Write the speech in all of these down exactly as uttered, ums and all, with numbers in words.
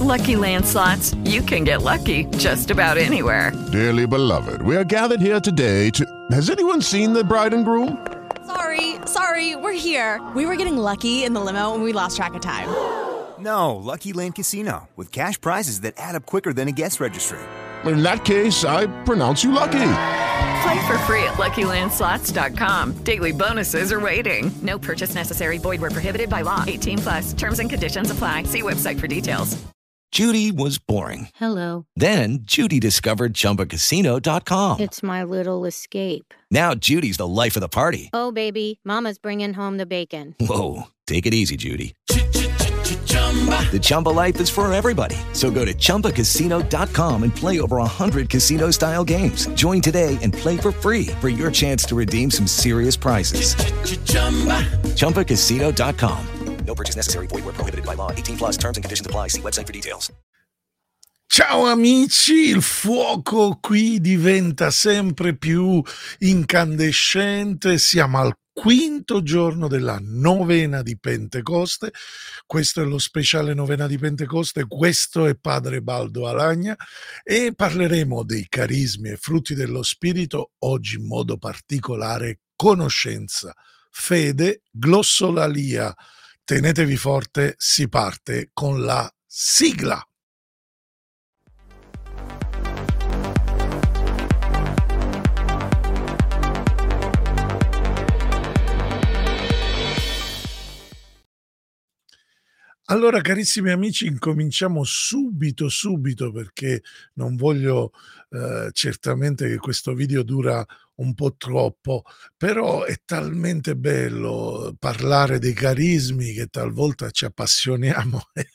Lucky Land Slots, you can get lucky just about anywhere. Dearly beloved, we are gathered here today to... Has anyone seen the bride and groom? Sorry, sorry, we're here. We were getting lucky in the limo and we lost track of time. No, Lucky Land Casino, with cash prizes that add up quicker than a guest registry. In that case, I pronounce you lucky. Play for free at Lucky Land Slots dot com. Daily bonuses are waiting. No purchase necessary. Void where prohibited by law. eighteen plus. Terms and conditions apply. See website for details. Judy was boring. Hello. Then Judy discovered Chumba Casino dot com. It's my little escape. Now Judy's the life of the party. Oh, baby, mama's bringing home the bacon. Whoa, take it easy, Judy. The Chumba life is for everybody. So go to Chumba Casino dot com and play over one hundred casino-style games. Join today and play for free for your chance to redeem some serious prizes. Chumba Casino dot com. No purchase necessary. Void where prohibited by law. eighteen plus. Terms and conditions apply. See website for details. Ciao amici, il fuoco qui diventa sempre più incandescente. Siamo al quinto giorno della novena di Pentecoste. Questo è lo speciale novena di Pentecoste, questo è Padre Baldo Alagna e parleremo dei carismi e frutti dello Spirito, oggi in modo particolare conoscenza, fede, glossolalia. Tenetevi forte, si parte con la sigla. Allora, carissimi amici, incominciamo subito, subito, perché non voglio eh, certamente che questo video dura un po' troppo, però è talmente bello parlare dei carismi che talvolta ci appassioniamo e,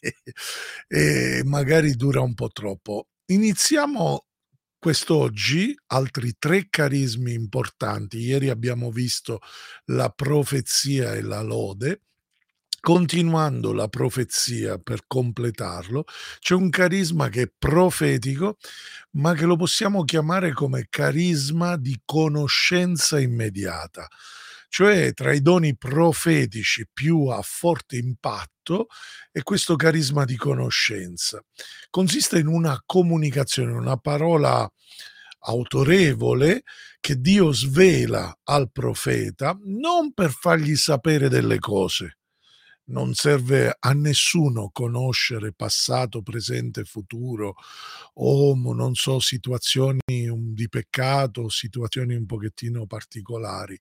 e magari dura un po' troppo. Iniziamo quest'oggi altri tre carismi importanti. Ieri abbiamo visto la profezia e la lode. Continuando la profezia per completarlo, c'è un carisma che è profetico, ma che lo possiamo chiamare come carisma di conoscenza immediata. Cioè, tra i doni profetici più a forte impatto è questo carisma di conoscenza. Consiste in una comunicazione, una parola autorevole che Dio svela al profeta non per fargli sapere delle cose. Non serve a nessuno conoscere passato, presente, futuro o non so, situazioni di peccato, situazioni un pochettino particolari,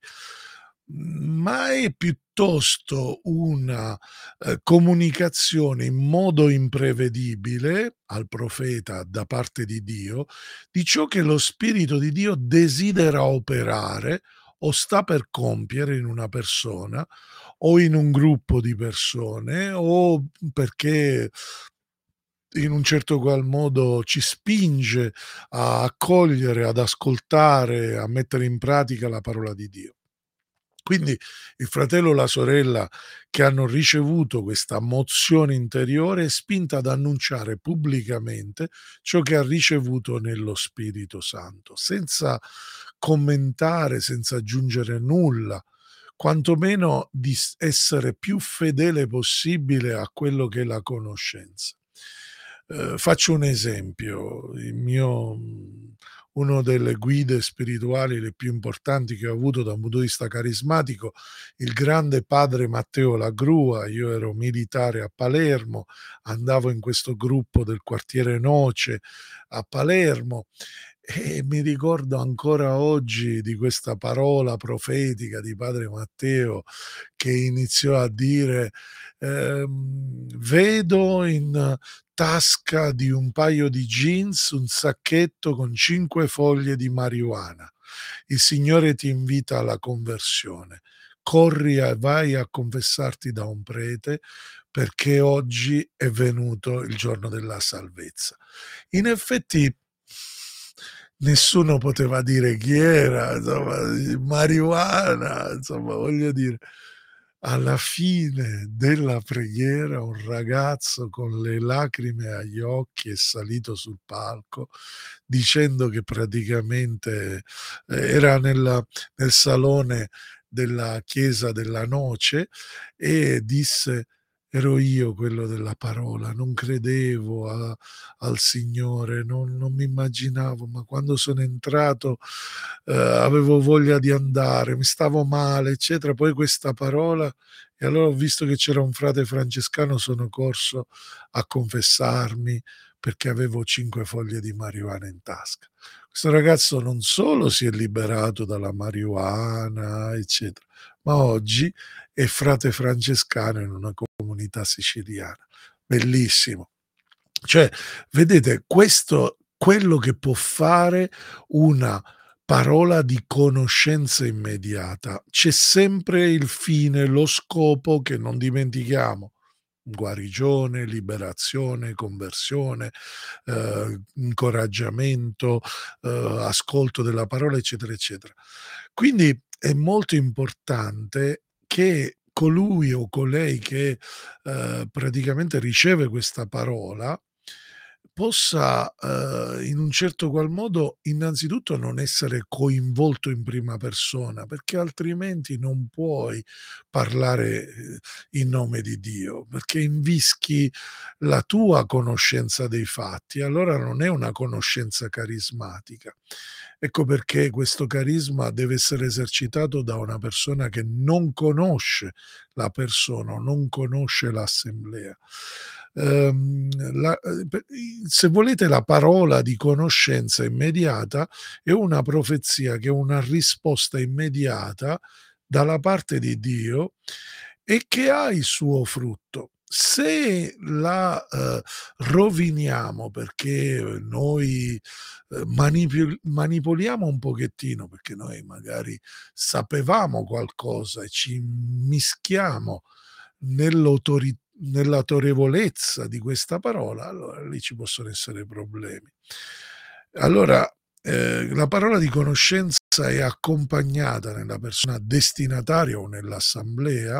ma è piuttosto una eh, comunicazione in modo imprevedibile al profeta da parte di Dio di ciò che lo Spirito di Dio desidera operare o sta per compiere in una persona o in un gruppo di persone, o perché in un certo qual modo ci spinge a accogliere, ad ascoltare, a mettere in pratica la parola di Dio. Quindi il fratello o la sorella che hanno ricevuto questa mozione interiore è spinta ad annunciare pubblicamente ciò che ha ricevuto nello Spirito Santo, senza commentare, senza aggiungere nulla, quantomeno di essere più fedele possibile a quello che è la conoscenza. Eh, faccio un esempio, il mio, uno delle guide spirituali le più importanti che ho avuto da un punto di vista carismatico, il grande padre Matteo Lagrua. Io ero militare a Palermo, andavo in questo gruppo del quartiere Noce a Palermo e mi ricordo ancora oggi di questa parola profetica di padre Matteo che iniziò a dire ehm, vedo in tasca di un paio di jeans un sacchetto con cinque foglie di marijuana. Il Signore ti invita alla conversione. Corri e vai a confessarti da un prete perché oggi è venuto il giorno della salvezza. In effetti nessuno poteva dire chi era, insomma, marijuana, insomma, voglio dire, alla fine della preghiera un ragazzo con le lacrime agli occhi è salito sul palco dicendo che praticamente eh, era nella, nel salone della chiesa della Noce e disse ero io quello della parola, non credevo a al Signore, non non mi immaginavo, ma quando sono entrato, ehm, avevo voglia di andare, mi stavo male, eccetera. Poi questa parola e allora ho visto che c'era un frate francescano, sono corso a confessarmi perché avevo cinque foglie di marijuana in tasca. Questo ragazzo non solo si è liberato dalla marijuana, eccetera, ma oggi è frate francescano in una comunità siciliana. Bellissimo. Cioè, vedete, questo quello che può fare una parola di conoscenza immediata. C'è sempre il fine, lo scopo che non dimentichiamo. Guarigione, liberazione, conversione, ehm, incoraggiamento, ehm, ascolto della parola, eccetera, eccetera. Quindi è molto importante che colui o colei che, ehm, praticamente riceve questa parola possa, ehm, in un certo qual modo, innanzitutto non essere coinvolto in prima persona, perché altrimenti non puoi parlare, ehm, in nome di Dio, perché invischi la tua conoscenza dei fatti, allora non è una conoscenza carismatica. Ecco perché questo carisma deve essere esercitato da una persona che non conosce la persona o non conosce l'assemblea. Ehm, la ehm, pe i se volete la parola di conoscenza immediata è una profezia che è una risposta immediata dalla parte di Dio e che ha il suo frutto. Se la, ehm, roviniamo perché noi, ehm, manipiol manipoliamo un pochettino, perché noi magari sapevamo qualcosa e ci mischiamo nell'autori nell'autorevolezza di questa parola, allora lì ci possono essere problemi. Allora, ehm, la parola di conoscenza è accompagnata nella persona destinataria o nell'assemblea,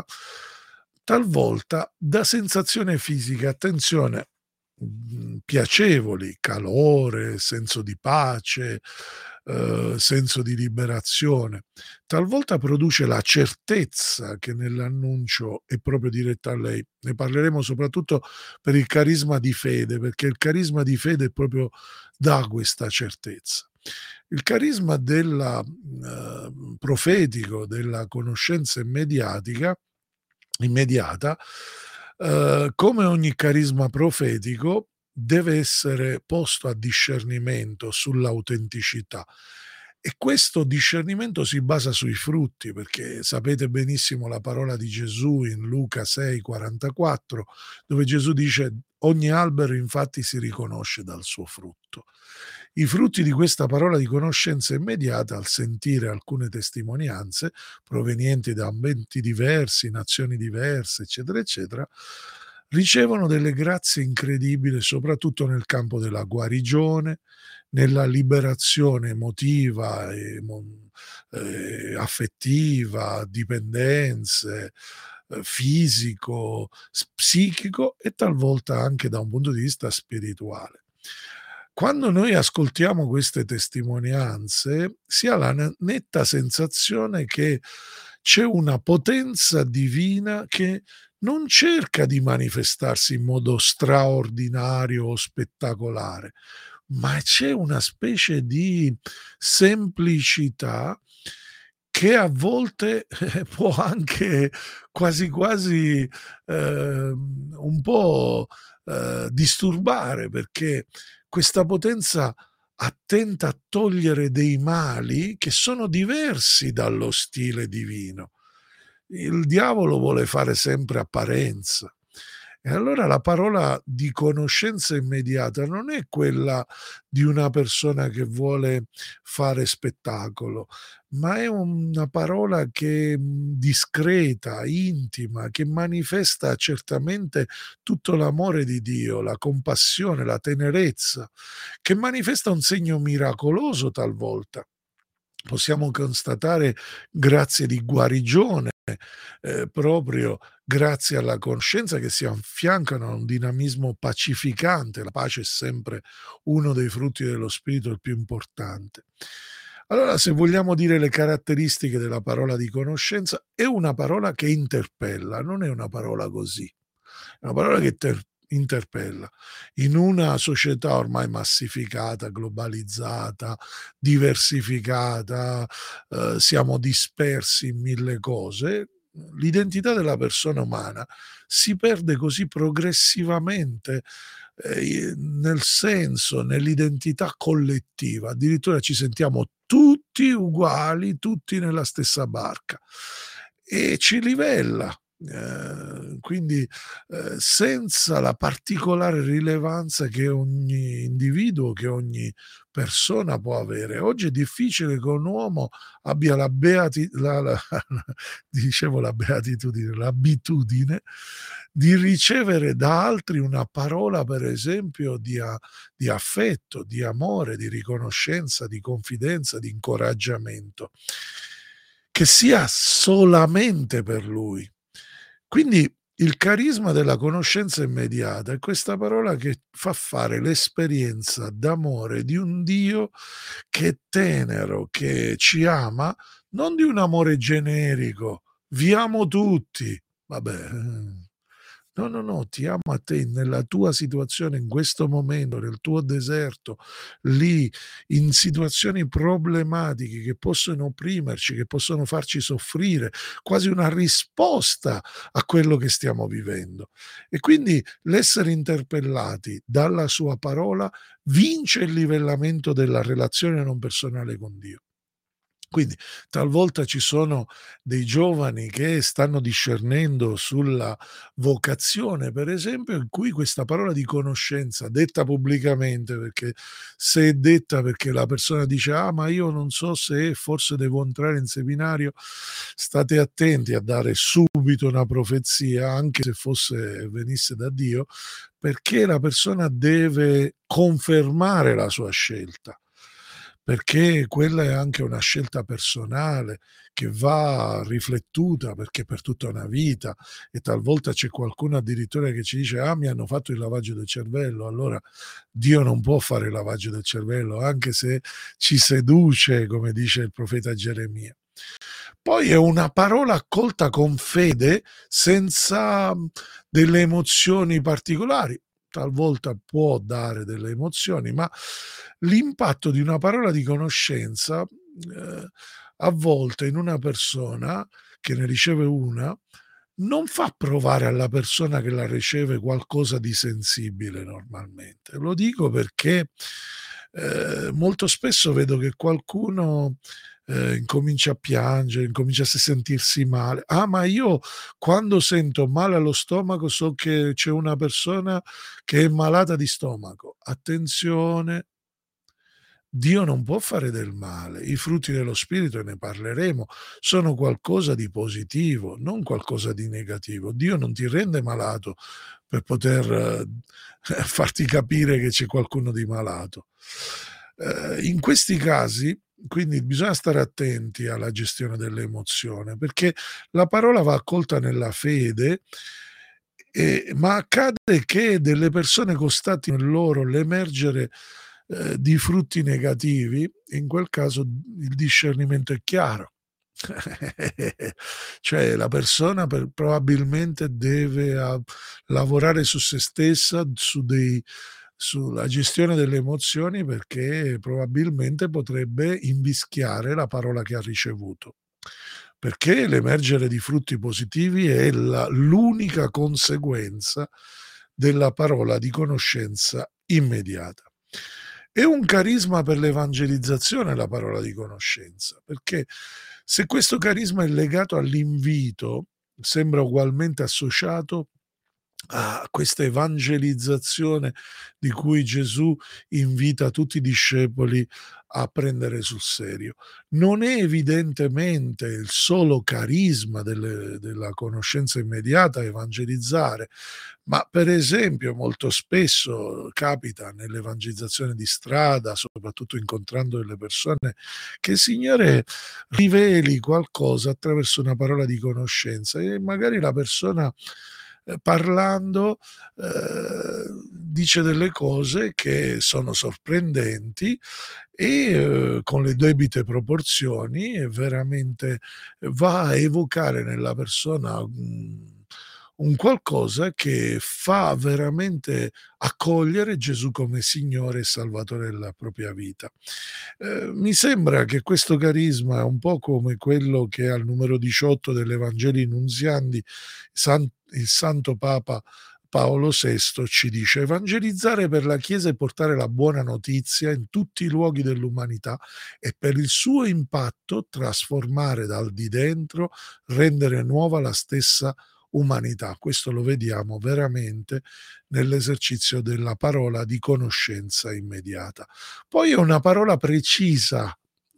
talvolta da sensazione fisica, attenzione, mhmm, piacevoli, calore, senso di pace, uhm, senso di liberazione. Talvolta produce la certezza che nell'annuncio è proprio diretta a lei. Ne parleremo soprattutto per il carisma di fede, perché il carisma di fede proprio dà questa certezza. Il carisma della mhmm, profetico, della conoscenza immediatica immediata, uhm, come ogni carisma profetico, deve essere posto a discernimento sull'autenticità e questo discernimento si basa sui frutti, perché sapete benissimo la parola di Gesù in Luca sei quarantaquattro, dove Gesù dice: "Ogni albero infatti si riconosce dal suo frutto". I frutti di questa parola di conoscenza immediata, al sentire alcune testimonianze provenienti da ambienti diversi, nazioni diverse, eccetera, eccetera, ricevono delle grazie incredibili, soprattutto nel campo della guarigione, nella liberazione emotiva, emo ehm, affettiva, dipendenze, ehm, fisico, s psichico e talvolta anche da un punto di vista spirituale. Quando noi ascoltiamo queste testimonianze, si ha la ne netta sensazione che c'è una potenza divina che non cerca di manifestarsi in modo straordinario o spettacolare, ma c'è una specie di semplicità che a volte, eh, può anche quasi quasi, ehm, un po', ehm, disturbare, perché questa potenza attenta a togliere dei mali che sono diversi dallo stile divino. Il diavolo vuole fare sempre apparenza. E allora la parola di conoscenza immediata non è quella di una persona che vuole fare spettacolo, ma è una parola che, mhmm, discreta, intima, che manifesta certamente tutto l'amore di Dio, la compassione, la tenerezza, che manifesta un segno miracoloso talvolta. Possiamo constatare grazie di guarigione, ehm, proprio grazie alla conoscenza che si affiancano a un dinamismo pacificante. La pace è sempre uno dei frutti dello spirito, il più importante. Allora, se vogliamo dire le caratteristiche della parola di conoscenza, è una parola che interpella, non è una parola così. è una parola che ter interpella. In una società ormai massificata, globalizzata, diversificata, uhm, siamo dispersi in mille cose, l'identità della persona umana si perde così progressivamente, ehm, i nel senso, nell'identità collettiva, addirittura ci sentiamo tutti uguali, tutti nella stessa barca e ci livella. Ehm, quindi, ehm, senza la particolare rilevanza che ogni individuo, che ogni persona può avere. Oggi è difficile che un uomo abbia la beati la la dicevo la beatitudine, l'abitudine di ricevere da altri una parola, per esempio, di a di affetto, di amore, di riconoscenza, di confidenza, di incoraggiamento, che sia solamente per lui. Quindi il carisma della conoscenza immediata è questa parola che fa fare l'esperienza d'amore di un Dio che è tenero, che ci ama, non di un amore generico, vi amo tutti. Vabbè, mhmm, no, no, no, ti amo a te nella tua situazione, in questo momento, nel tuo deserto, lì, in situazioni problematiche che possono opprimerci, che possono farci soffrire, quasi una risposta a quello che stiamo vivendo. E quindi l'essere interpellati dalla sua parola vince il livellamento della relazione non personale con Dio. Quindi talvolta ci sono dei giovani che stanno discernendo sulla vocazione, per esempio, in cui questa parola di conoscenza, detta pubblicamente, perché se è detta perché la persona dice: "Ah, ma io non so se forse devo entrare in seminario", state attenti a dare subito una profezia, anche se fosse venisse da Dio, perché la persona deve confermare la sua scelta. Perché quella è anche una scelta personale che va riflettuta, perché per tutta una vita, e talvolta c'è qualcuno addirittura che ci dice: "Ah, mi hanno fatto il lavaggio del cervello". Allora Dio non può fare il lavaggio del cervello, anche se ci seduce, come dice il profeta Geremia. Poi è una parola accolta con fede, senza mhmm, delle emozioni particolari. Talvolta può dare delle emozioni, ma l'impatto di una parola di conoscenza, ehm, a volte in una persona che ne riceve una, non fa provare alla persona che la riceve qualcosa di sensibile normalmente. Lo dico perché, ehm, molto spesso vedo che qualcuno, ehm, incomincia a piangere, incomincia a s sentirsi male. "Ah, ma io quando sento male allo stomaco so che c'è una persona che è malata di stomaco". Attenzione, Dio non può fare del male. I frutti dello spirito, e ne parleremo, sono qualcosa di positivo, non qualcosa di negativo. Dio non ti rende malato per poter eh, farti capire che c'è qualcuno di malato. Ehm, in questi casi, quindi bisogna stare attenti alla gestione dell'emozione, perché la parola va accolta nella fede, ehm, ma accade che delle persone constatino in loro l'emergere, ehm, di frutti negativi, in quel caso il discernimento è chiaro. Cioè la persona per probabilmente deve a lavorare su se stessa, su dei sulla gestione delle emozioni, perché probabilmente potrebbe invischiare la parola che ha ricevuto. Perché l'emergere di frutti positivi è la l'unica conseguenza della parola di conoscenza immediata. È un carisma per l'evangelizzazione la parola di conoscenza, perché se questo carisma è legato all'invito, sembra ugualmente associato a questa evangelizzazione di cui Gesù invita tutti i discepoli a prendere sul serio. Non è evidentemente il solo carisma delle della conoscenza immediata a evangelizzare, ma per esempio molto spesso capita nell'evangelizzazione di strada, soprattutto incontrando delle persone, che il Signore riveli qualcosa attraverso una parola di conoscenza e magari la persona, ehm, parlando, ehm, dice delle cose che sono sorprendenti e, uhm, con le debite proporzioni e veramente va a evocare nella persona, mhmm, un qualcosa che fa veramente accogliere Gesù come Signore e Salvatore della propria vita. Ehm, mi sembra che questo carisma è un po' come quello che al numero diciotto dell'Evangelii Nunziandi san il Santo Papa Paolo sesto ci dice: "Evangelizzare per la Chiesa e portare la buona notizia in tutti i luoghi dell'umanità e per il suo impatto trasformare dal di dentro, rendere nuova la stessa umanità". Questo lo vediamo veramente nell'esercizio della parola di conoscenza immediata. Poi è una parola precisa,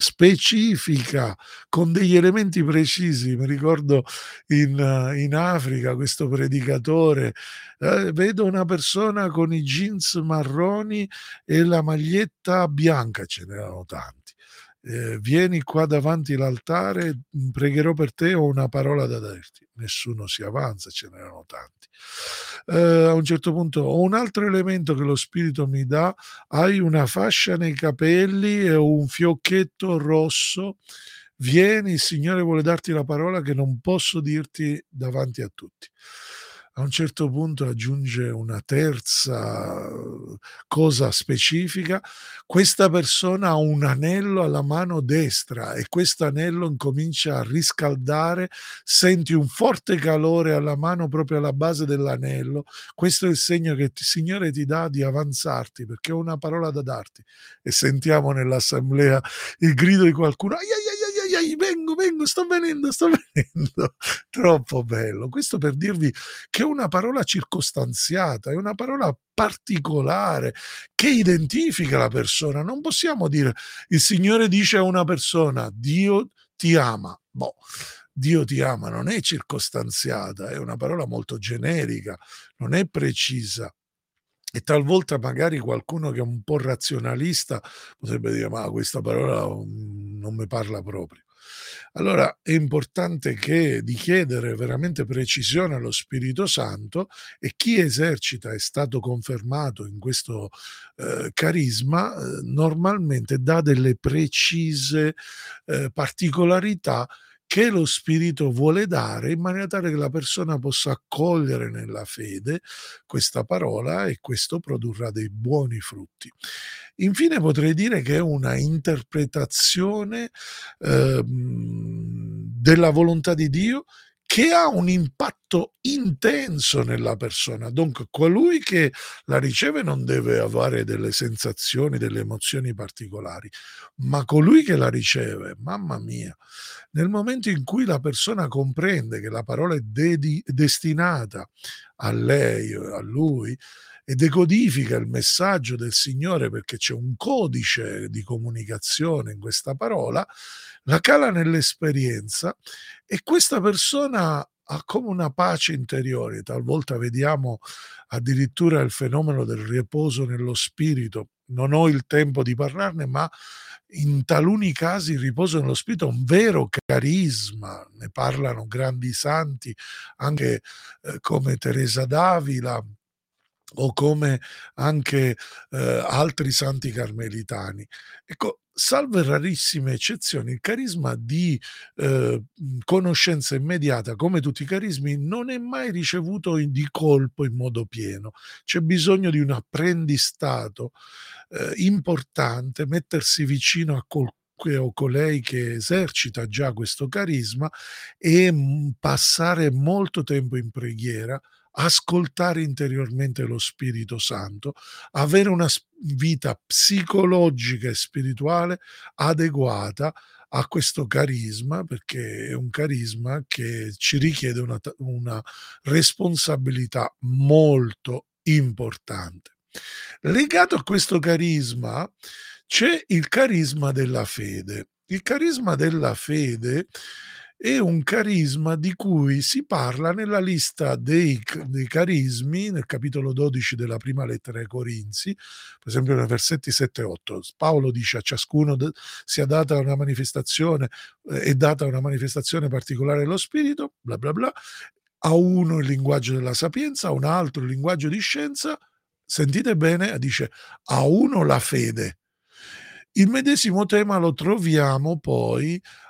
specifica, con degli elementi precisi. Mi ricordo in in Africa questo predicatore, ehm: "Vedo una persona con i jeans marroni e la maglietta bianca", ce n'erano tanti. Ehm: "Vieni qua davanti l'altare, mhmm, pregherò per te, ho una parola da dirti". Nessuno si avanza, ce n'erano tanti. Ehm, a un certo punto: "Ho un altro elemento che lo Spirito mi dà, hai una fascia nei capelli e un fiocchetto rosso, vieni, il Signore vuole darti la parola che non posso dirti davanti a tutti". A un certo punto aggiunge una terza uhm, cosa specifica: "Questa persona ha un anello alla mano destra e quest'anello incomincia a riscaldare, senti un forte calore alla mano proprio alla base dell'anello. Questo è il segno che il Signore ti dà di avanzarti perché ho una parola da darti". E sentiamo nell'assemblea il grido di qualcuno: "Ai, ai, ai, ai, ai, vengo, vengo, sto venendo, sto venendo". Troppo bello. Questo per dirvi che è una parola circostanziata, è una parola particolare che identifica la persona. Non possiamo dire: "Il Signore dice a una persona: 'Dio ti ama'". Boh, Dio ti ama non è circostanziata, è una parola molto generica, non è precisa. E talvolta magari qualcuno che è un po' razionalista potrebbe dire: "Ma questa parola, mhmm, non me parla proprio". Allora è importante che di chiedere veramente precisione allo Spirito Santo, e chi esercita, è stato confermato in questo, ehm, carisma, ehm, normalmente dà delle precise, ehm, particolarità che lo Spirito vuole dare, in maniera tale che la persona possa accogliere nella fede questa parola e questo produrrà dei buoni frutti. Infine potrei dire che è una interpretazione, ehm, della volontà di Dio che ha un impatto intenso nella persona. Dunque colui che la riceve non deve avere delle sensazioni, delle emozioni particolari, ma colui che la riceve, mamma mia, nel momento in cui la persona comprende che la parola è dedi destinata a lei o a lui e decodifica il messaggio del Signore, perché c'è un codice di comunicazione in questa parola, la cala nell'esperienza e questa persona ha come una pace interiore. Talvolta vediamo addirittura il fenomeno del riposo nello spirito. Non ho il tempo di parlarne, ma in taluni casi il riposo nello spirito è un vero carisma. Ne parlano grandi santi anche, ehm, come Teresa d'Avila o come anche, ehm, altri santi carmelitani. Ecco, salve rarissime eccezioni, il carisma di, ehm, mhmm, conoscenza immediata, come tutti i carismi, non è mai ricevuto in di colpo in modo pieno. C'è bisogno di un apprendistato, ehm, importante, mettersi vicino a colque o colei che esercita già questo carisma e, mhmm, passare molto tempo in preghiera, ascoltare interiormente lo Spirito Santo, avere una s vita psicologica e spirituale adeguata a questo carisma, perché è un carisma che ci richiede una ta una responsabilità molto importante. Legato a questo carisma c'è il carisma della fede. Il carisma della fede è un carisma di cui si parla nella lista dei c dei carismi, nel capitolo dodici della prima lettera ai Corinzi, per esempio nei versetti sette e otto. S Paolo dice: "A ciascuno d sia data una manifestazione ehm, è data una manifestazione particolare dello Spirito", bla bla bla, a uno il linguaggio della sapienza, a un altro il linguaggio di scienza, sentite bene, dice: "A uno la fede". Il medesimo tema lo troviamo poi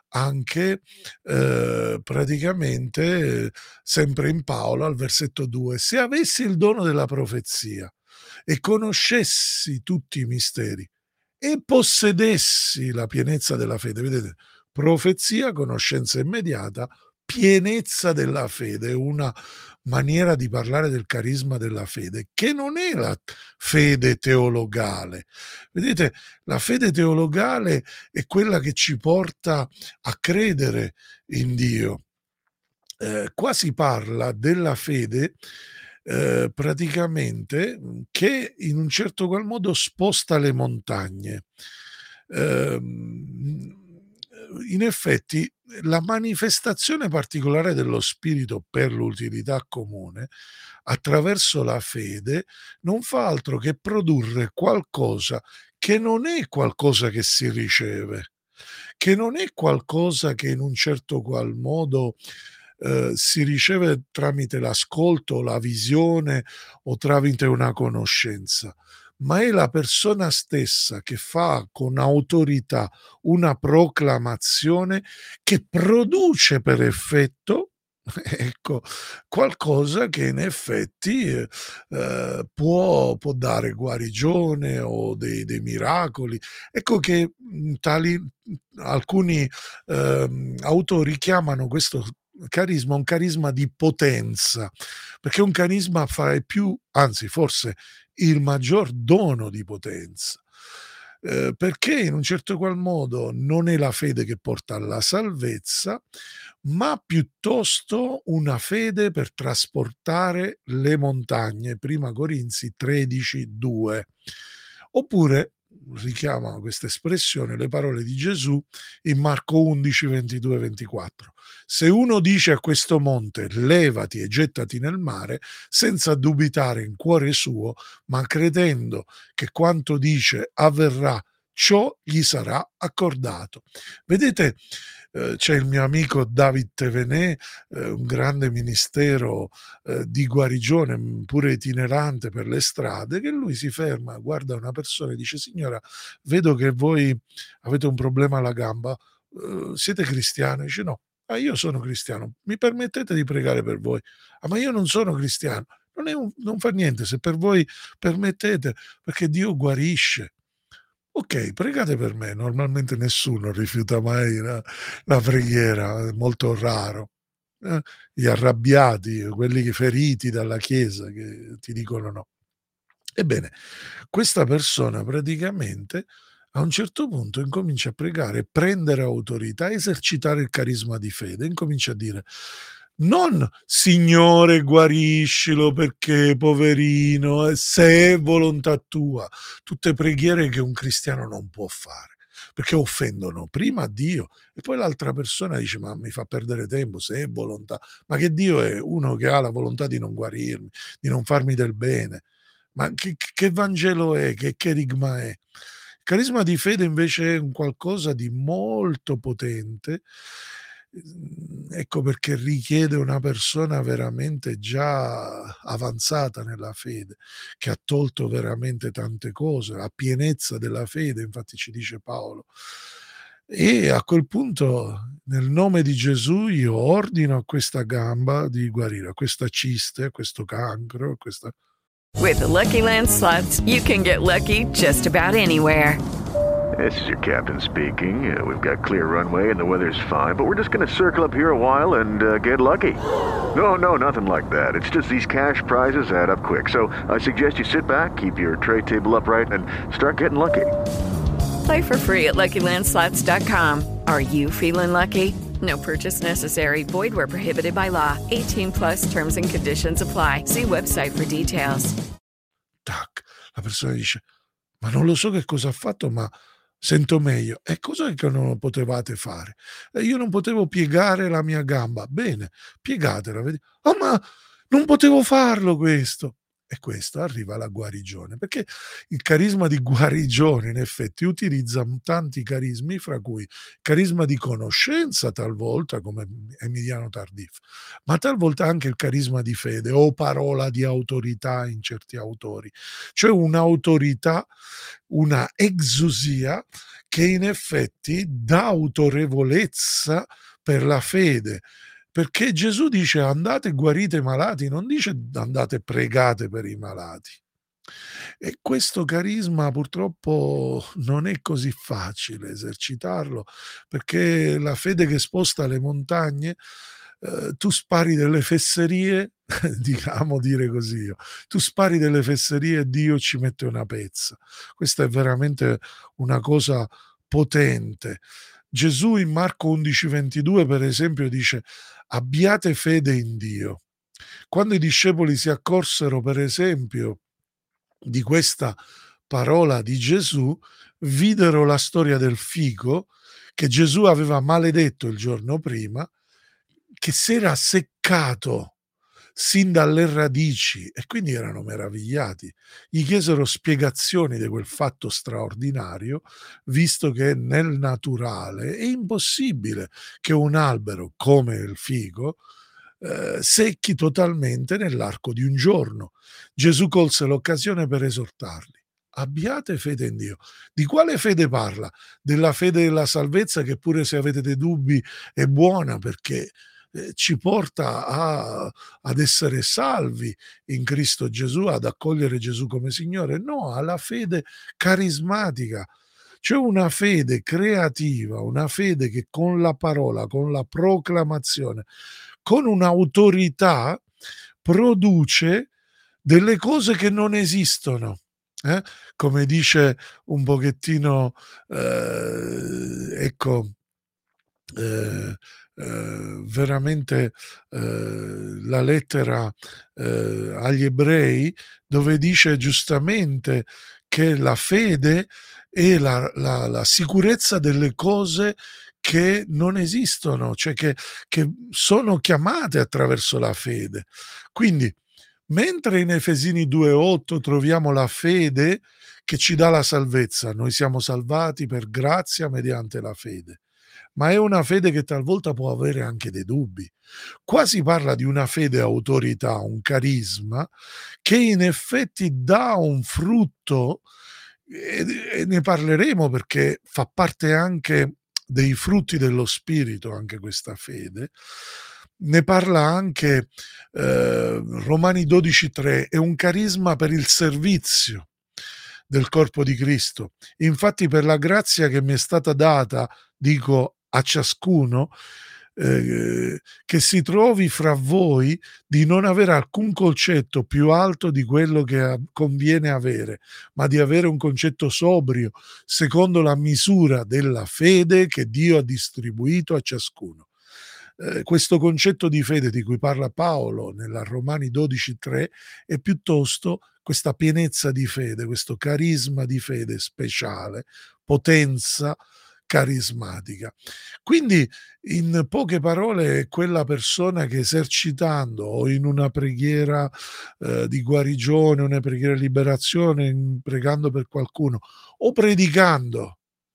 anche eh, praticamente eh, sempre in Paolo al versetto due: se avessi il dono della profezia e conoscessi tutti i misteri e possedessi la pienezza della fede, vedete, profezia, conoscenza immediata, pienezza della fede, una maniera di parlare del carisma della fede, che non è la fede teologale. Vedete, la fede teologale è quella che ci porta a credere in Dio. Eh, qua si parla della fede eh, praticamente che in un certo qual modo sposta le montagne. Eh, in effetti la manifestazione particolare dello Spirito per l'utilità comune attraverso la fede non fa altro che produrre qualcosa che non è qualcosa che si riceve, che non è qualcosa che in un certo qual modo eh, si riceve tramite l'ascolto, la visione o tramite una conoscenza, ma è la persona stessa che fa con autorità una proclamazione che produce per effetto, ecco, qualcosa che in effetti eh, eh, può, può dare guarigione o dei, dei miracoli. Ecco che mh, tali, alcuni eh, autori chiamano questo carisma un carisma di potenza, perché un carisma fa più, anzi forse il maggior dono di potenza, eh, perché in un certo qual modo non è la fede che porta alla salvezza, ma piuttosto una fede per trasportare le montagne, prima Corinzi tredici due. Oppure richiama questa espressione le parole di Gesù in Marco undici ventidue ventiquattro: se uno dice a questo monte levati e gettati nel mare, senza dubitare in cuore suo, ma credendo che quanto dice avverrà, ciò gli sarà accordato. Vedete, eh, c'è il mio amico David Tevenet, eh, un grande ministero eh, di guarigione, pure itinerante per le strade, che lui si ferma, guarda una persona e dice: signora, vedo che voi avete un problema alla gamba, eh, siete cristiani? Dice: no. Ah, io sono cristiano, mi permettete di pregare per voi? Ah, ma io non sono cristiano. Non, è un, non fa niente se per voi permettete, perché Dio guarisce. Ok, pregate per me. Normalmente nessuno rifiuta mai la, la preghiera, è molto raro. Eh, gli arrabbiati, quelli feriti dalla Chiesa che ti dicono no. Ebbene, questa persona praticamente a un certo punto incomincia a pregare, prendere autorità, esercitare il carisma di fede, incomincia a dire: non Signore guariscilo perché poverino, se è volontà tua, tutte preghiere che un cristiano non può fare, perché offendono prima Dio e poi l'altra persona dice: ma mi fa perdere tempo, se è volontà. Ma che Dio è uno che ha la volontà di non guarirmi, di non farmi del bene? Ma che, che Vangelo è? Che cherigma è? Il carisma di fede invece è un qualcosa di molto potente, ecco perché richiede una persona veramente già avanzata nella fede, che ha tolto veramente tante cose, la pienezza della fede, infatti ci dice Paolo. E a quel punto, nel nome di Gesù, io ordino a questa gamba di guarire, a questa ciste, a questo cancro, a questa... With the Lucky Land Slots, you can get lucky just about anywhere. This is your captain speaking. Uh, we've got clear runway and the weather's fine, but we're just going to circle up here a while and uh, get lucky. No, no, nothing like that. It's just these cash prizes add up quick. So I suggest you sit back, keep your tray table upright, and start getting lucky. Play for free at Lucky Land Slots dot com. Are you feeling lucky? No purchase necessary. Void where prohibited by law. eighteen plus terms and conditions apply. See website for details. Tac, la persona dice: ma non lo so che cosa ha fatto, ma sento meglio. E cosa che non potevate fare? E io non potevo piegare la mia gamba. Bene, piegatela. Vedi? Oh, ma non potevo farlo questo. E questo arriva alla guarigione, perché il carisma di guarigione in effetti utilizza tanti carismi, fra cui carisma di conoscenza talvolta come Emiliano Tardif, ma talvolta anche il carisma di fede o parola di autorità in certi autori, cioè un'autorità, una exousia che in effetti dà autorevolezza per la fede, perché Gesù dice andate e guarite i malati, non dice andate e pregate per i malati. E questo carisma purtroppo non è così facile esercitarlo, perché la fede che sposta le montagne, eh, tu spari delle fesserie, diciamo dire così io, tu spari delle fesserie e Dio ci mette una pezza. Questa è veramente una cosa potente. Gesù in Marco undici ventidue, per esempio, dice abbiate fede in Dio. Quando i discepoli si accorsero, per esempio, di questa parola di Gesù, videro la storia del fico che Gesù aveva maledetto il giorno prima, che si era seccato sin dalle radici, e quindi erano meravigliati. Gli chiesero spiegazioni di quel fatto straordinario, visto che nel naturale è impossibile che un albero come il fico eh, secchi totalmente nell'arco di un giorno. Gesù colse l'occasione per esortarli. Abbiate fede in Dio. Di quale fede parla? Della fede della salvezza, che pure se avete dei dubbi è buona, perché eh, ci porta a, ad essere salvi in Cristo Gesù, ad accogliere Gesù come Signore. No, alla fede carismatica. C'è una fede creativa, una fede che con la parola, con la proclamazione, con un'autorità produce delle cose che non esistono. Eh? Come dice un pochettino, eh, ecco, eh, eh, veramente eh, la lettera eh, agli ebrei, dove dice giustamente che la fede è la, la, la sicurezza delle cose che non esistono, cioè che, che sono chiamate attraverso la fede. Quindi, mentre in Efesini due otto troviamo la fede che ci dà la salvezza, noi siamo salvati per grazia mediante la fede, ma è una fede che talvolta può avere anche dei dubbi. Qua si parla di una fede autorità, un carisma, che in effetti dà un frutto, e, e ne parleremo perché fa parte anche dei frutti dello Spirito, anche questa fede. Ne parla anche eh, Romani dodici tre, è un carisma per il servizio del corpo di Cristo. Infatti, per la grazia che mi è stata data, dico a ciascuno, eh, che si trovi fra voi di non avere alcun concetto più alto di quello che conviene avere, ma di avere un concetto sobrio, secondo la misura della fede che Dio ha distribuito a ciascuno. Eh, questo concetto di fede di cui parla Paolo nella Romani dodici tre è piuttosto questa pienezza di fede, questo carisma di fede speciale, potenza carismatica. Quindi, in poche parole, è quella persona che esercitando o in una preghiera eh, di guarigione, una preghiera di liberazione, in, pregando per qualcuno o predicando,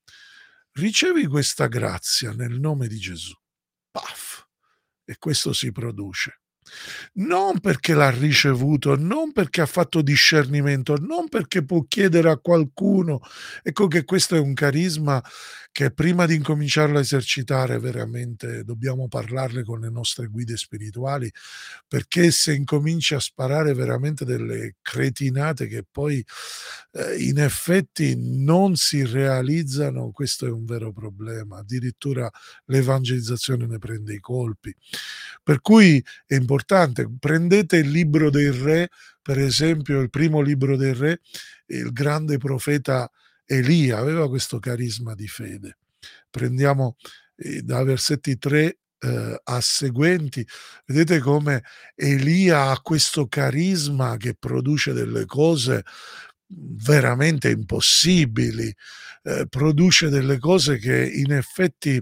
ricevi questa grazia nel nome di Gesù. Paf! E questo si produce. Non perché l'ha ricevuto, non perché ha fatto discernimento, non perché può chiedere a qualcuno. Ecco che questo è un carisma che prima di incominciarlo a esercitare veramente dobbiamo parlarne con le nostre guide spirituali, perché se incominci a sparare veramente delle cretinate che poi eh, in effetti non si realizzano, questo è un vero problema. Addirittura l'evangelizzazione ne prende i colpi. Per cui è importante, prendete il libro dei re, per esempio il primo libro dei re, il grande profeta Elia aveva questo carisma di fede. Prendiamo eh, da versetti tre eh, a seguenti, vedete come Elia ha questo carisma che produce delle cose veramente impossibili, eh, produce delle cose che in effetti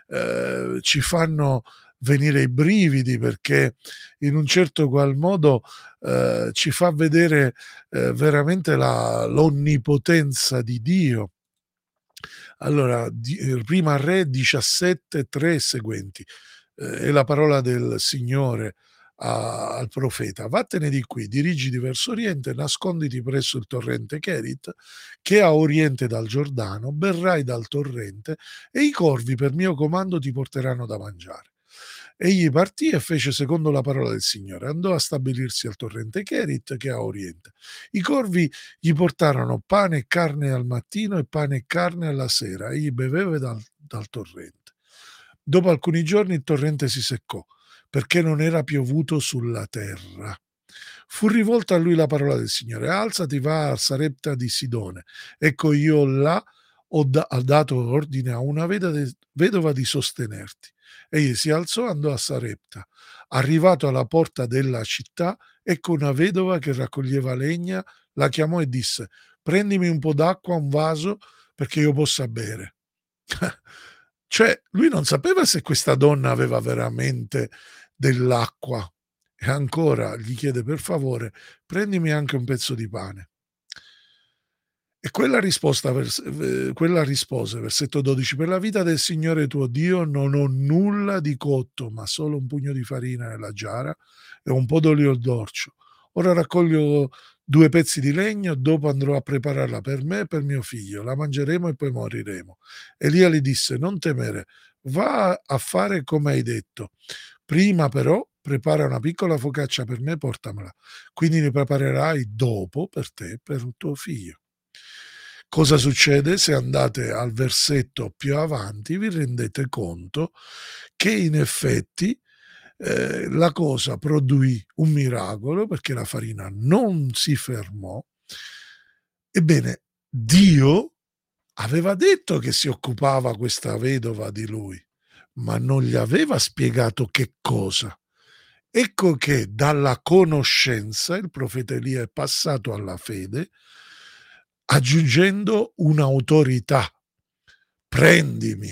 eh, ci fanno venire i brividi, perché in un certo qual modo eh, ci fa vedere eh, veramente la, l'onnipotenza di Dio. Allora, di, prima Re diciassette tre e seguenti, eh, è la parola del Signore a, al profeta: vattene di qui, dirigiti verso oriente, nasconditi presso il torrente Cherit, che è a oriente dal Giordano, berrai dal torrente, e i corvi per mio comando ti porteranno da mangiare. Egli partì e fece secondo la parola del Signore. Andò a stabilirsi al torrente Cherit, che è a oriente. I corvi gli portarono pane e carne al mattino e pane e carne alla sera. Egli beveva dal, dal torrente. Dopo alcuni giorni il torrente si seccò, perché non era piovuto sulla terra. Fu rivolta a lui la parola del Signore: alzati, va a Sarepta di Sidone. Ecco, io là ho, da, ho dato ordine a una vedova di sostenerti. Egli si alzò e andò a Sarepta. Arrivato alla porta della città, ecco una vedova che raccoglieva legna, la chiamò e disse: prendimi un po' d'acqua, un vaso, perché io possa bere. Cioè, lui non sapeva se questa donna aveva veramente dell'acqua, e ancora gli chiede: per favore, prendimi anche un pezzo di pane. E quella, risposta, quella rispose, versetto dodici: per la vita del Signore tuo Dio non ho nulla di cotto, ma solo un pugno di farina nella giara e un po' d'olio d'orcio. Ora raccoglio due pezzi di legno, dopo andrò a prepararla per me e per mio figlio, la mangeremo e poi moriremo. Elia gli disse: non temere, va a fare come hai detto. Prima però prepara una piccola focaccia per me e portamela, quindi ne preparerai dopo per te e per tuo figlio. Cosa succede? Se andate al versetto più avanti vi rendete conto che in effetti eh, la cosa produì un miracolo, perché la farina non si fermò. Ebbene, Dio aveva detto che si occupava questa vedova di lui, ma non gli aveva spiegato che cosa. Ecco che dalla conoscenza il profeta Elia è passato alla fede, aggiungendo un'autorità: prendimi.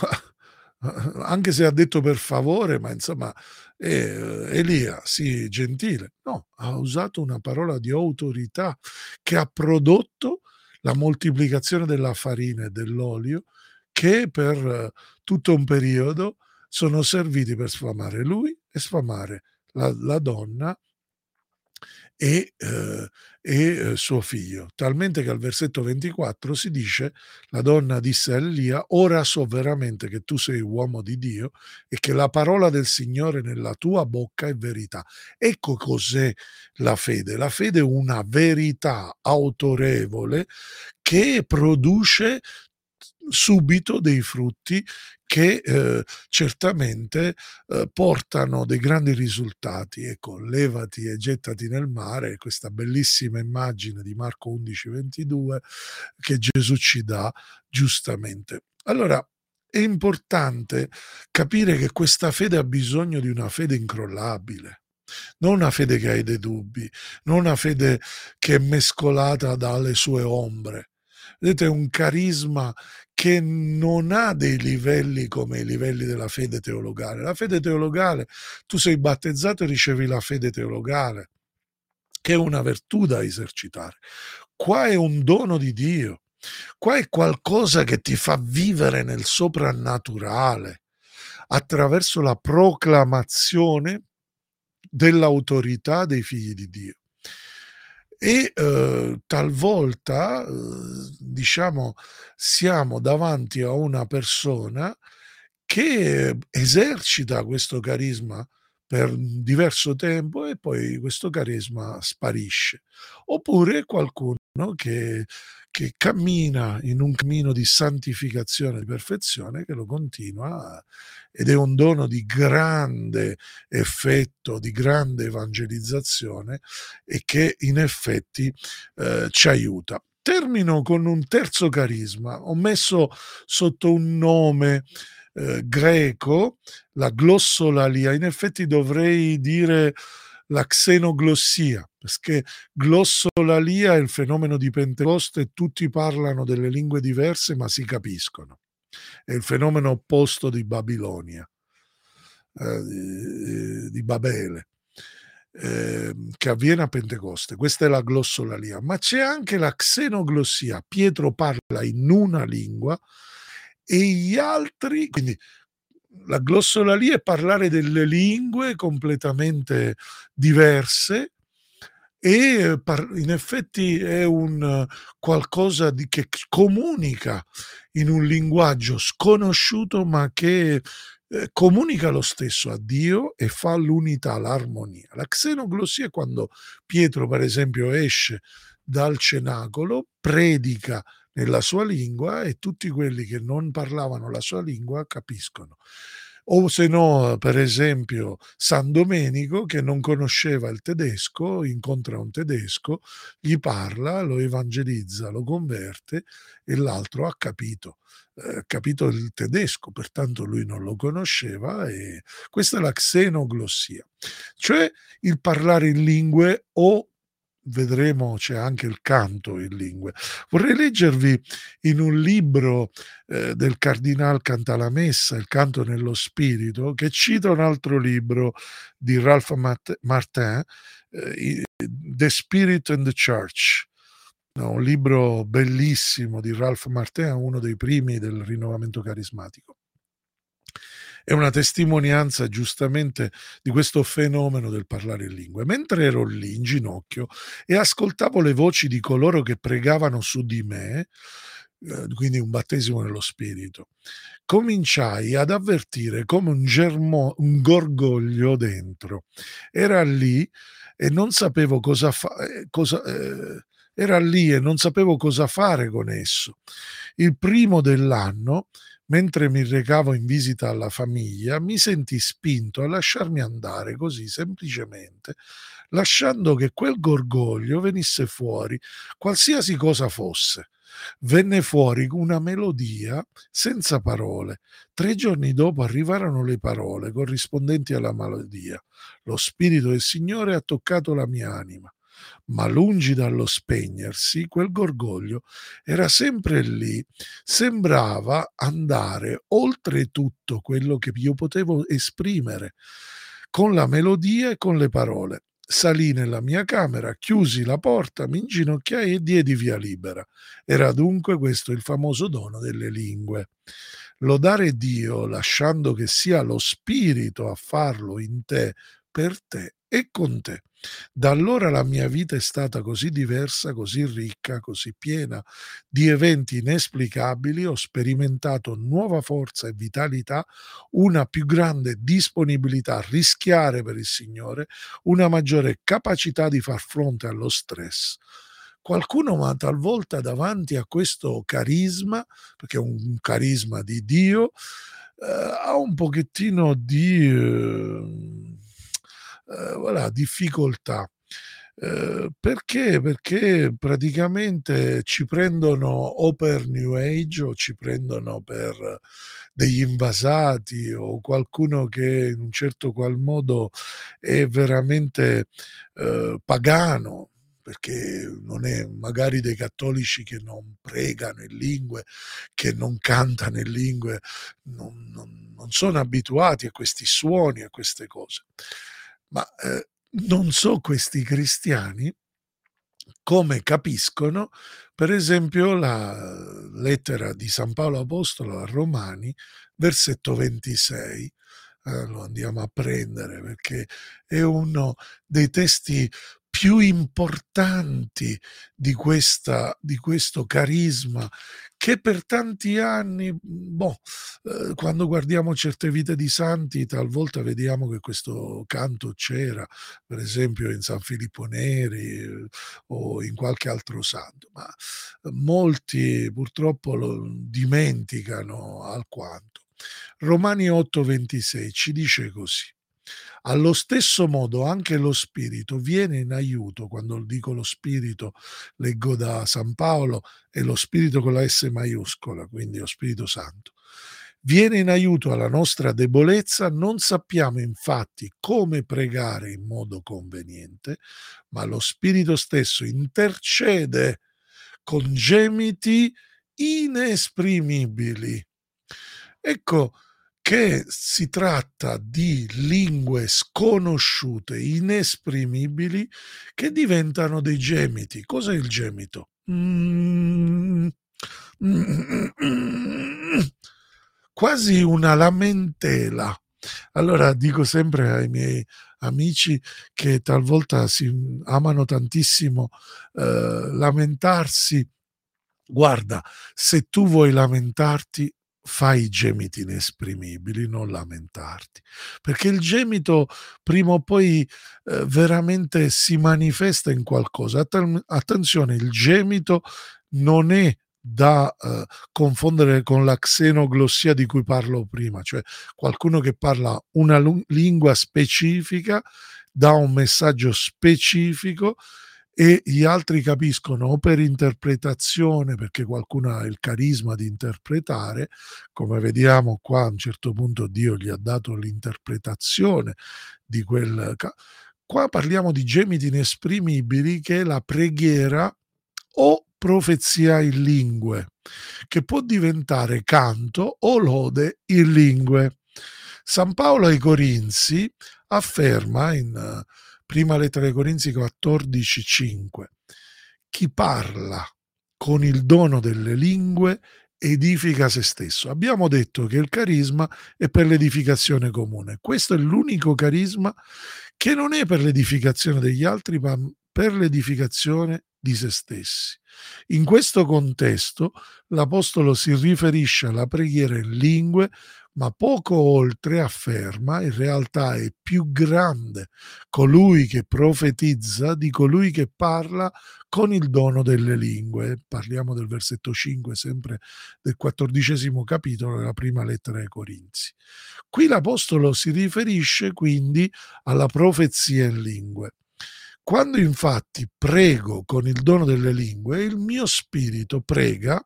Anche se ha detto per favore, ma insomma, eh, Elia, sì, gentile, no, ha usato una parola di autorità che ha prodotto la moltiplicazione della farina e dell'olio, che per tutto un periodo sono serviti per sfamare lui e sfamare la, la donna e, eh, e eh, suo figlio, talmente che al versetto ventiquattro si dice: la donna disse a Elia: ora so veramente che tu sei uomo di Dio e che la parola del Signore nella tua bocca è verità. Ecco cos'è la fede. La fede è una verità autorevole che produce subito dei frutti che eh, certamente eh, portano dei grandi risultati. Ecco, levati e gettati nel mare, questa bellissima immagine di Marco undici ventidue che Gesù ci dà giustamente. Allora, è importante capire che questa fede ha bisogno di una fede incrollabile, non una fede che hai dei dubbi, non una fede che è mescolata dalle sue ombre. Vedete, è un carisma che non ha dei livelli come i livelli della fede teologale. La fede teologale, tu sei battezzato e ricevi la fede teologale, che è una virtù da esercitare. Qua è un dono di Dio, qua è qualcosa che ti fa vivere nel soprannaturale attraverso la proclamazione dell'autorità dei figli di Dio. E eh, talvolta, eh, diciamo, siamo davanti a una persona che esercita questo carisma per diverso tempo e poi questo carisma sparisce. Oppure qualcuno che, che cammina in un cammino di santificazione, di perfezione, che lo continua, ed è un dono di grande effetto, di grande evangelizzazione, e che in effetti eh, ci aiuta. Termino con un terzo carisma. Ho messo sotto un nome eh, greco la glossolalia. In effetti dovrei dire la xenoglossia, perché glossolalia è il fenomeno di Pentecoste, tutti parlano delle lingue diverse ma si capiscono. È il fenomeno opposto di Babilonia, eh, di, di Babele, eh, che avviene a Pentecoste. Questa è la glossolalia, ma c'è anche la xenoglossia. Pietro parla in una lingua e gli altri, quindi La glossolalia è parlare delle lingue completamente diverse e par in effetti è un qualcosa di che c comunica in un linguaggio sconosciuto, ma che, ehm, comunica lo stesso a Dio e fa l'unità, l'armonia. La xenoglossia è quando Pietro, per esempio, esce dal cenacolo, predica nella sua lingua e tutti quelli che non parlavano la sua lingua capiscono. O se no, per esempio, San Domenico che non conosceva il tedesco, incontra un tedesco, gli parla, lo evangelizza, lo converte e l'altro ha capito, ehm, capito il tedesco, pertanto lui non lo conosceva e questa è la xenoglossia, cioè il parlare in lingue o vedremo c'è anche il canto in lingue. Vorrei leggervi in un libro, ehm, del Cardinal Cantalamessa, Il canto nello spirito, che cita un altro libro di Ralph Mat Martin, ehm, i The Spirit and the Church. No, un libro bellissimo di Ralph Martin, uno dei primi del rinnovamento carismatico. È una testimonianza giustamente di questo fenomeno del parlare in lingue. Mentre ero lì in ginocchio e ascoltavo le voci di coloro che pregavano su di me, ehm, quindi un battesimo nello spirito, cominciai ad avvertire come un germo un gorgoglio dentro. Era lì e non sapevo cosa fa ehm, cosa ehm, era lì e non sapevo cosa fare con esso. Il primo dell'anno, mentre mi recavo in visita alla famiglia, mi sentii spinto a lasciarmi andare così semplicemente, lasciando che quel gorgoglio venisse fuori, qualsiasi cosa fosse. Venne fuori una melodia senza parole. Tre giorni dopo arrivarono le parole corrispondenti alla melodia. Lo Spirito del Signore ha toccato la mia anima. Ma lungi dallo spegnersi, quel gorgoglio era sempre lì, sembrava andare oltre tutto quello che io potevo esprimere, con la melodia e con le parole. Salii nella mia camera, chiusi la porta, mi inginocchiai e diedi via libera. Era dunque questo il famoso dono delle lingue. Lodare Dio lasciando che sia lo Spirito a farlo in te, per te e con te. Da allora la mia vita è stata così diversa, così ricca, così piena di eventi inesplicabili. Ho sperimentato nuova forza e vitalità, una più grande disponibilità a rischiare per il Signore, una maggiore capacità di far fronte allo stress. Qualcuno, ma talvolta davanti a questo carisma, perché è un carisma di Dio, eh, ha un pochettino di eh, eh, voilà, difficoltà. Eh, perché? Perché praticamente ci prendono o per New Age o ci prendono per degli invasati o qualcuno che in un certo qual modo è veramente eh, pagano, perché non è magari dei cattolici che non pregano in lingue, che non cantano in lingue, non, non- non sono abituati a questi suoni, a queste cose. Ma eh, non so questi cristiani come capiscono, per esempio, la lettera di San Paolo Apostolo a Romani, versetto ventisei. Eh, lo andiamo a prendere perché è uno dei testi più importanti di, questa, di questo carisma che per tanti anni, boh, eh, quando guardiamo certe vite di santi, talvolta vediamo che questo canto c'era, per esempio in San Filippo Neri eh, o in qualche altro santo, ma molti purtroppo lo dimenticano alquanto. Romani otto ventisei ci dice così: allo stesso modo anche lo Spirito viene in aiuto. Quando dico lo Spirito leggo da San Paolo, è lo Spirito con la S maiuscola, quindi lo Spirito Santo. Viene in aiuto alla nostra debolezza, non sappiamo infatti come pregare in modo conveniente, ma lo Spirito stesso intercede con gemiti inesprimibili. Ecco che si tratta di lingue sconosciute, inesprimibili, che diventano dei gemiti. Cos'è il gemito? Mm, mm, mm, mm. quasi una lamentela. Allora dico sempre ai miei amici che talvolta si amano tantissimo eh, lamentarsi: guarda, se tu vuoi lamentarti, fai gemiti inesprimibili, non lamentarti, perché il gemito prima o poi eh, veramente si manifesta in qualcosa. Atten- attenzione, il gemito non è da eh, confondere con la xenoglossia di cui parlo prima, cioè qualcuno che parla una lu- lingua specifica, dà un messaggio specifico e gli altri capiscono o per interpretazione, perché qualcuno ha il carisma di interpretare, come vediamo qua a un certo punto Dio gli ha dato l'interpretazione di quel... ca- Qua parliamo di gemiti inesprimibili, che è la preghiera o profezia in lingue, che può diventare canto o lode in lingue. San Paolo ai Corinzi afferma in eh, prima lettera ai Corinzi quattordici cinque: chi parla con il dono delle lingue edifica se stesso. Abbiamo detto che il carisma è per l'edificazione comune. Questo è l'unico carisma che non è per l'edificazione degli altri, ma per l'edificazione di se stessi. In questo contesto l'Apostolo si riferisce alla preghiera in lingue, ma poco oltre afferma: in realtà è più grande colui che profetizza di colui che parla con il dono delle lingue. Parliamo del versetto cinque, sempre del quattordicesimo capitolo della prima lettera ai Corinzi. Qui l'Apostolo si riferisce quindi alla profezia in lingue. Quando infatti prego con il dono delle lingue, il mio spirito prega,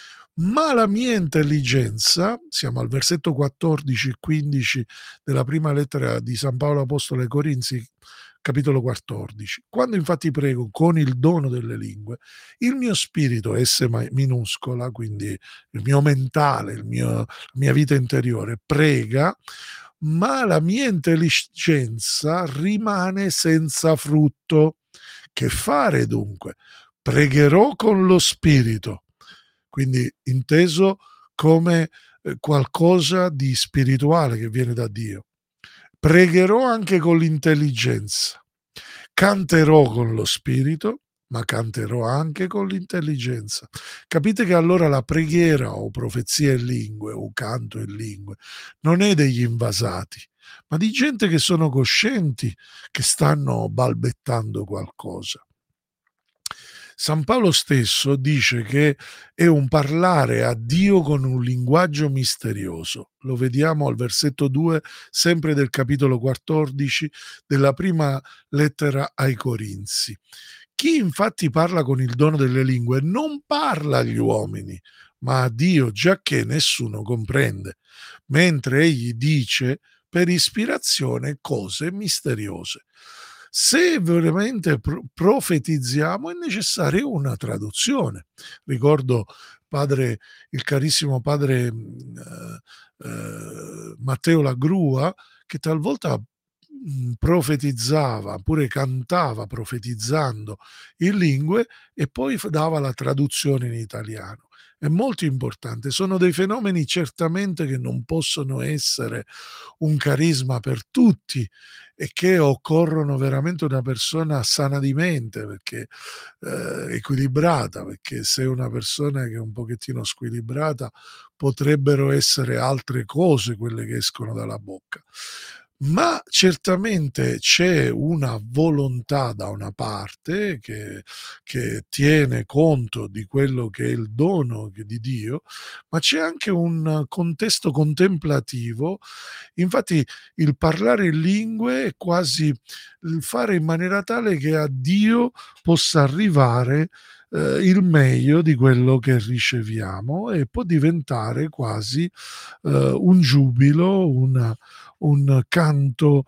ma la mia intelligenza, siamo al versetto quattordici quindici della prima lettera di San Paolo Apostolo ai Corinzi, capitolo quattordici. Quando infatti prego con il dono delle lingue, il mio spirito, esse minuscola, quindi il mio mentale, il mio, la mia vita interiore, prega, ma la mia intelligenza rimane senza frutto. Che fare dunque? Pregherò con lo spirito, quindi inteso come eh, qualcosa di spirituale che viene da Dio. Pregherò anche con l'intelligenza, canterò con lo spirito, ma canterò anche con l'intelligenza. Capite che allora la preghiera o profezia in lingue o canto in lingue non è degli invasati, ma di gente che sono coscienti, che stanno balbettando qualcosa. San Paolo stesso dice che è un parlare a Dio con un linguaggio misterioso. Lo vediamo al versetto due, sempre del capitolo quattordici della prima lettera ai Corinzi. Chi infatti parla con il dono delle lingue non parla agli uomini, ma a Dio, giacché nessuno comprende, mentre egli dice per ispirazione cose misteriose. Se veramente pro- profetizziamo è necessaria una traduzione. Ricordo padre, il carissimo padre eh, eh, Matteo Lagrua, che talvolta mh, profetizzava, pure cantava profetizzando in lingue e poi f- dava la traduzione in italiano. È molto importante, sono dei fenomeni certamente che non possono essere un carisma per tutti e che occorrono veramente una persona sana di mente, perché eh, equilibrata, perché se una persona che è un pochettino squilibrata potrebbero essere altre cose quelle che escono dalla bocca. Ma certamente c'è una volontà da una parte che, che tiene conto di quello che è il dono di Dio, ma c'è anche un contesto contemplativo. Infatti il parlare in lingue è quasi il fare in maniera tale che a Dio possa arrivare eh, il meglio di quello che riceviamo, e può diventare quasi eh, un giubilo, una, un canto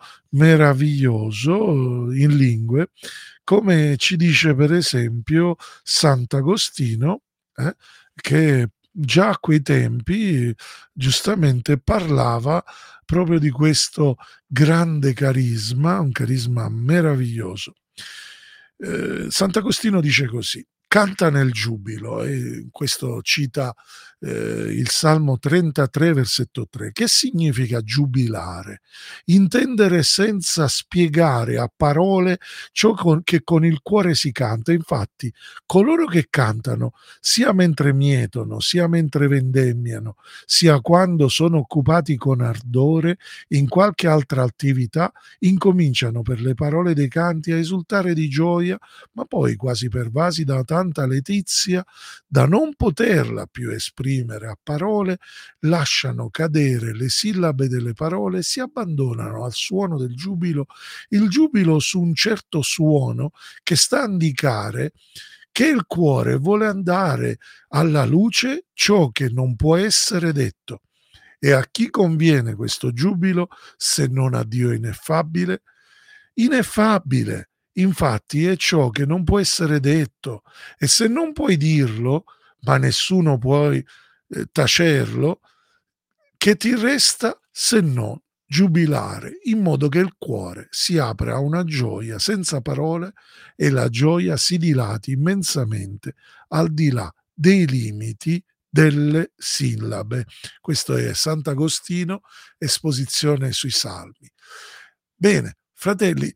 meraviglioso in lingue, come ci dice per esempio Sant'Agostino, eh, che già a quei tempi giustamente parlava proprio di questo grande carisma, un carisma meraviglioso. Eh, Sant'Agostino dice così: canta nel giubilo, e questo cita eh, il Salmo trentatré, versetto tre. Che significa giubilare? Intendere senza spiegare a parole ciò con, che con il cuore si canta. Infatti, coloro che cantano, sia mentre mietono, sia mentre vendemmiano, sia quando sono occupati con ardore in qualche altra attività, incominciano per le parole dei canti a esultare di gioia, ma poi, quasi pervasi da tanta letizia, da non poterla più esprimere a parole, lasciano cadere le sillabe delle parole e si abbandonano al suono del giubilo, il giubilo su un certo suono che sta a indicare che il cuore vuole andare alla luce ciò che non può essere detto. E a chi conviene questo giubilo se non a Dio ineffabile? Ineffabile, infatti, è ciò che non può essere detto, e se non puoi dirlo, ma nessuno può eh, tacerlo, che ti resta se non giubilare, in modo che il cuore si apra a una gioia senza parole e la gioia si dilati immensamente al di là dei limiti delle sillabe. Questo è Sant'Agostino, esposizione sui Salmi. Bene, fratelli,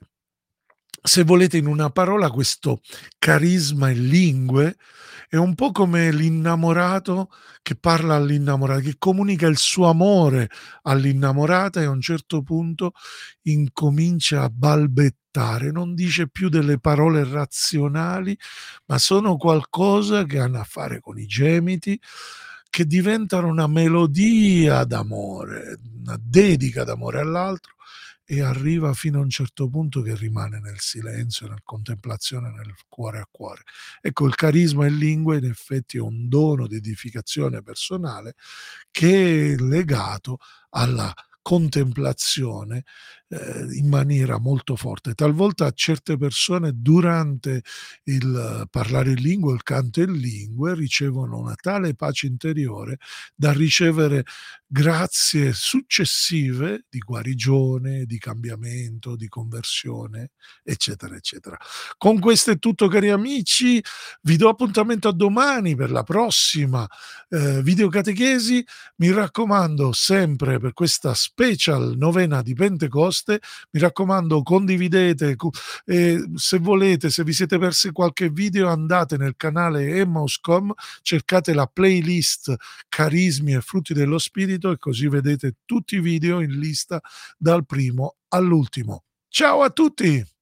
se volete in una parola, questo carisma in lingue è un po' come l'innamorato che parla all'innamorata, che comunica il suo amore all'innamorata, e a un certo punto incomincia a balbettare, non dice più delle parole razionali, ma sono qualcosa che hanno a fare con i gemiti, che diventano una melodia d'amore, una dedica d'amore all'altro, e arriva fino a un certo punto che rimane nel silenzio, nella contemplazione, nel cuore a cuore. Ecco, il carisma in lingua in effetti è un dono di edificazione personale che è legato alla contemplazione eh, in maniera molto forte. Talvolta certe persone durante il parlare in lingua, il canto in lingue, ricevono una tale pace interiore da ricevere grazie successive di guarigione, di cambiamento, di conversione, eccetera, eccetera. Con questo è tutto, cari amici. Vi do appuntamento a domani per la prossima eh, videocatechesi. Mi raccomando, sempre per questa special novena di Pentecoste, mi raccomando, condividete, eh, se volete, se vi siete persi qualche video, andate nel canale Emmaus punto com, cercate la playlist Carismi e Frutti dello Spirito, e così vedete tutti i video in lista dal primo all'ultimo. Ciao a tutti!